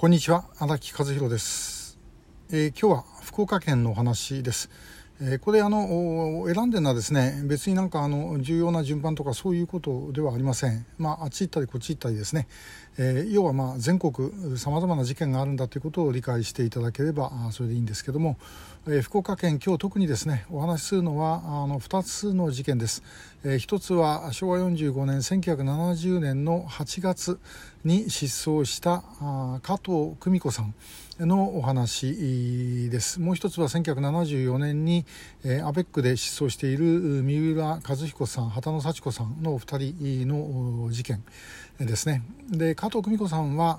こんにちは、荒木和弘です。今日は福岡県のお話です。これ選んでるのはですね、別に重要な順番とかそういうことではありません。あっち行ったりこっち行ったりですね、要は全国さまざまな事件があるんだということを理解していただければそれでいいんですけども、福岡県今日特にですねお話しするのは2つの事件です。一つは昭和45年1970年の8月に失踪した加藤久美子さんのお話です。もう一つは1974年にアベックで失踪している三浦和彦さん、畑野幸子さんのお二人の事件ですね。で、加藤久美子さんは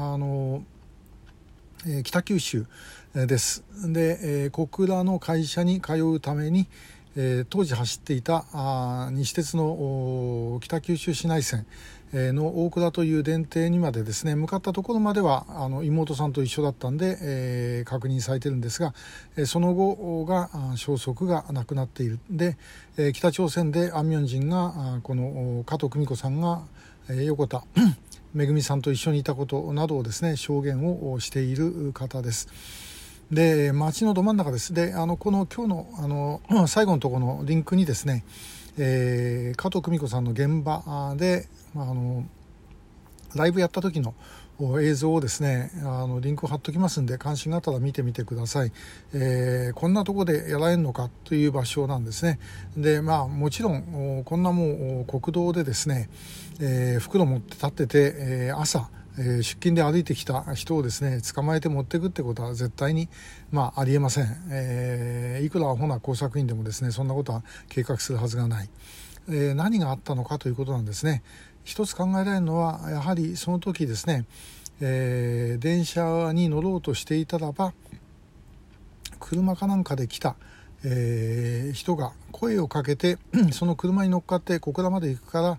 北九州です。で、小倉の会社に通うために当時走っていた西鉄の北九州市内線の大倉という電停にまでですね向かったところまでは妹さんと一緒だったんで、確認されているんですが、その後が消息がなくなっている。で、北朝鮮で安明人がこの加藤久美子さんが横田めぐみさんと一緒にいたことなどをですね証言をしている方です。で、街のど真ん中です。で、この今日の最後のところのリンクにですね、加藤久美子さんの現場でライブやった時の映像をですねリンクを貼っときますんで、関心があったら見てみてください。こんなとこでやられるのかという場所なんですね。で、もちろんこんなもう国道でですね、袋持って立ってて、朝出勤で歩いてきた人をですね捕まえて持っていくってことは絶対にありえません。いくらアホな工作員でもですねそんなことは計画するはずがない。何があったのかということなんですね。一つ考えられるのはやはりその時ですね、電車に乗ろうとしていたらば車かなんかで来た、人が声をかけてその車に乗っかって小倉まで行くから、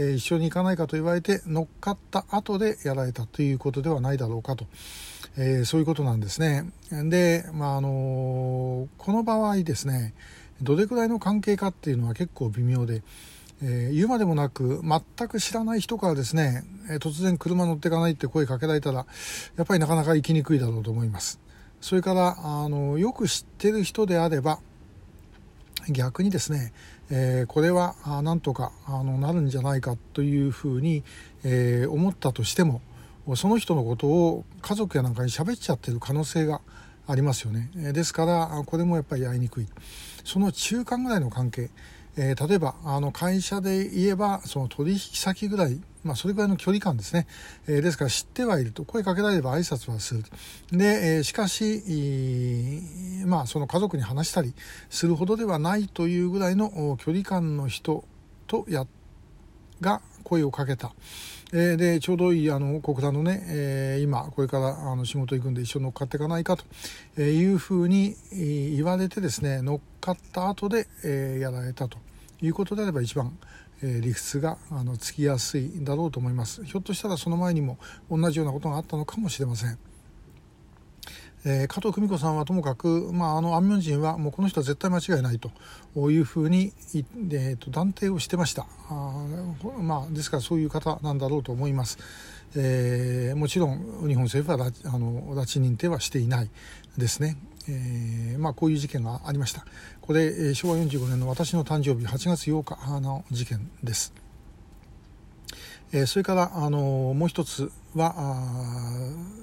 一緒に行かないかと言われて乗っかった後でやられたということではないだろうかと、そういうことなんですね。で、この場合ですねどれくらいの関係かっていうのは結構微妙で、言うまでもなく全く知らない人からですね、突然車乗っていかないって声かけられたらやっぱりなかなか行きにくいだろうと思います。それからよく知ってる人であれば逆にですね、これはなんとかなるんじゃないかというふうに、思ったとしてもその人のことを家族やなんかに喋っちゃってる可能性がありますよね。ですからこれもやっぱりやりにくい。その中間ぐらいの関係、例えば会社で言えばその取引先ぐらい、それぐらいの距離感ですね。ですから知ってはいると声かけられれば挨拶はする。で、しかし、その家族に話したりするほどではないというぐらいの距離感の人とが声をかけた。でちょうどいい小倉のね、今これから仕事行くんで一緒に乗っかっていかないかというふうに言われてですね乗っかった後でやられたということであれば一番理屈がつきやすいんだろうと思います。ひょっとしたらその前にも同じようなことがあったのかもしれません。加藤久美子さんはともかく、安明人はもうこの人は絶対間違いないというふうに、断定をしてました。ですからそういう方なんだろうと思います。もちろん日本政府は拉致認定はしていないですね。こういう事件がありました。これ、昭和45年の私の誕生日8月8日の事件です。それからもう一つは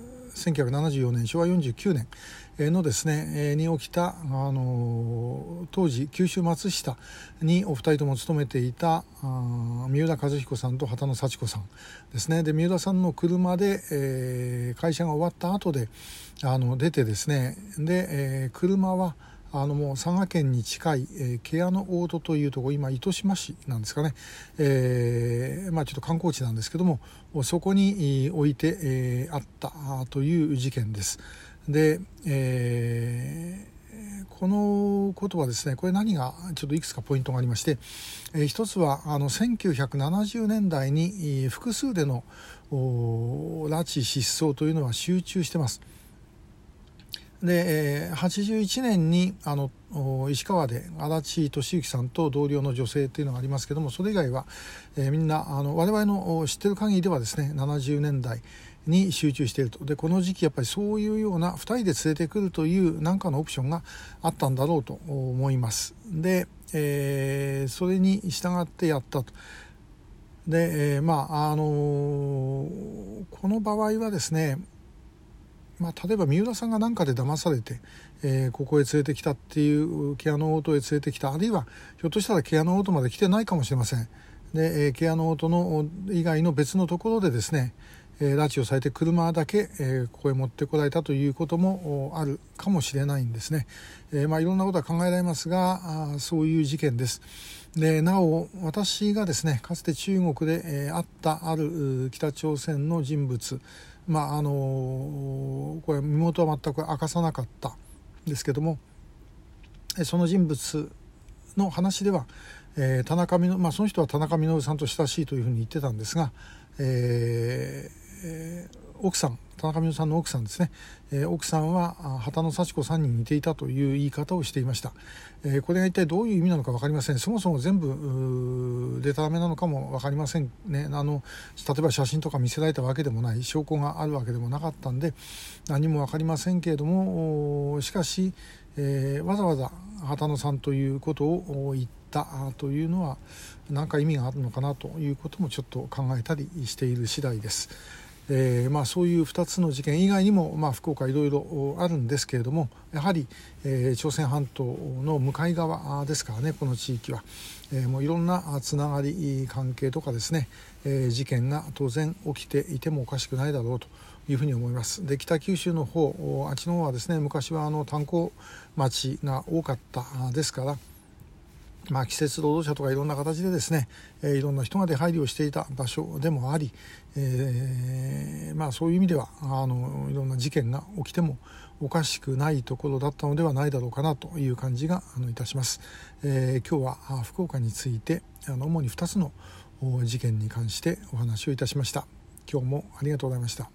1974年昭和49年のですねに起きた当時九州松下にお二人とも勤めていた三浦和彦さんと畑野幸子さんですね。で、三浦さんの車で、会社が終わった後で出てですねで、車はもう佐賀県に近い、芥屋の大戸というところ、今糸島市なんですかね、ちょっと観光地なんですけどもそこに置いて、あったという事件です。で、このことはですねこれ何がちょっといくつかポイントがありまして、一つは1970年代に複数での拉致失踪というのは集中してます。で、81年に石川で足立俊之さんと同僚の女性というのがありますけども、それ以外は、みんな我々の知ってる限りではですね70年代に集中していると。でこの時期やっぱりそういうような2人で連れてくるという何かのオプションがあったんだろうと思います。で、それに従ってやったと。で、この場合はですね、例えば三浦さんが何かで騙されて、ここへ連れてきたっていう、ケアノオートへ連れてきた、あるいはひょっとしたらケアノオートまで来てないかもしれません。で、ケアノオートの以外の別のところでですね、拉致をされて車だけ、ここへ持ってこられたということもあるかもしれないんですね。いろんなことは考えられますが、そういう事件です。でなお私がですね、かつて中国で、会ったある北朝鮮の人物、これ身元は全く明かさなかったんですけども、その人物の話では、田中その人は田中稔さんと親しいというふうに言ってたんですが、奥さん、田中稔さんの奥さんですね、奥さんは畑野幸子さんに似ていたという言い方をしていました。これが一体どういう意味なのか分かりません。そもそも全部デタラメなのかも分かりませんね。例えば写真とか見せられたわけでもない、証拠があるわけでもなかったんで何も分かりませんけれども、しかし、わざわざ畑野さんということを言ったというのは何か意味があるのかなということもちょっと考えたりしている次第です。そういう2つの事件以外にも、福岡いろいろあるんですけれども、やはり、朝鮮半島の向かい側ですからね、この地域は、もういろんなつながり関係とかですね、事件が当然起きていてもおかしくないだろうというふうに思います。で北九州の方、あっちの方はですね、昔は炭鉱町が多かったですから、季節労働者とかいろんな形でですね、いろんな人が出入りをしていた場所でもあり、そういう意味ではいろんな事件が起きてもおかしくないところだったのではないだろうかなという感じがいたします。今日は福岡について主に2つの事件に関してお話をいたしました。今日もありがとうございました。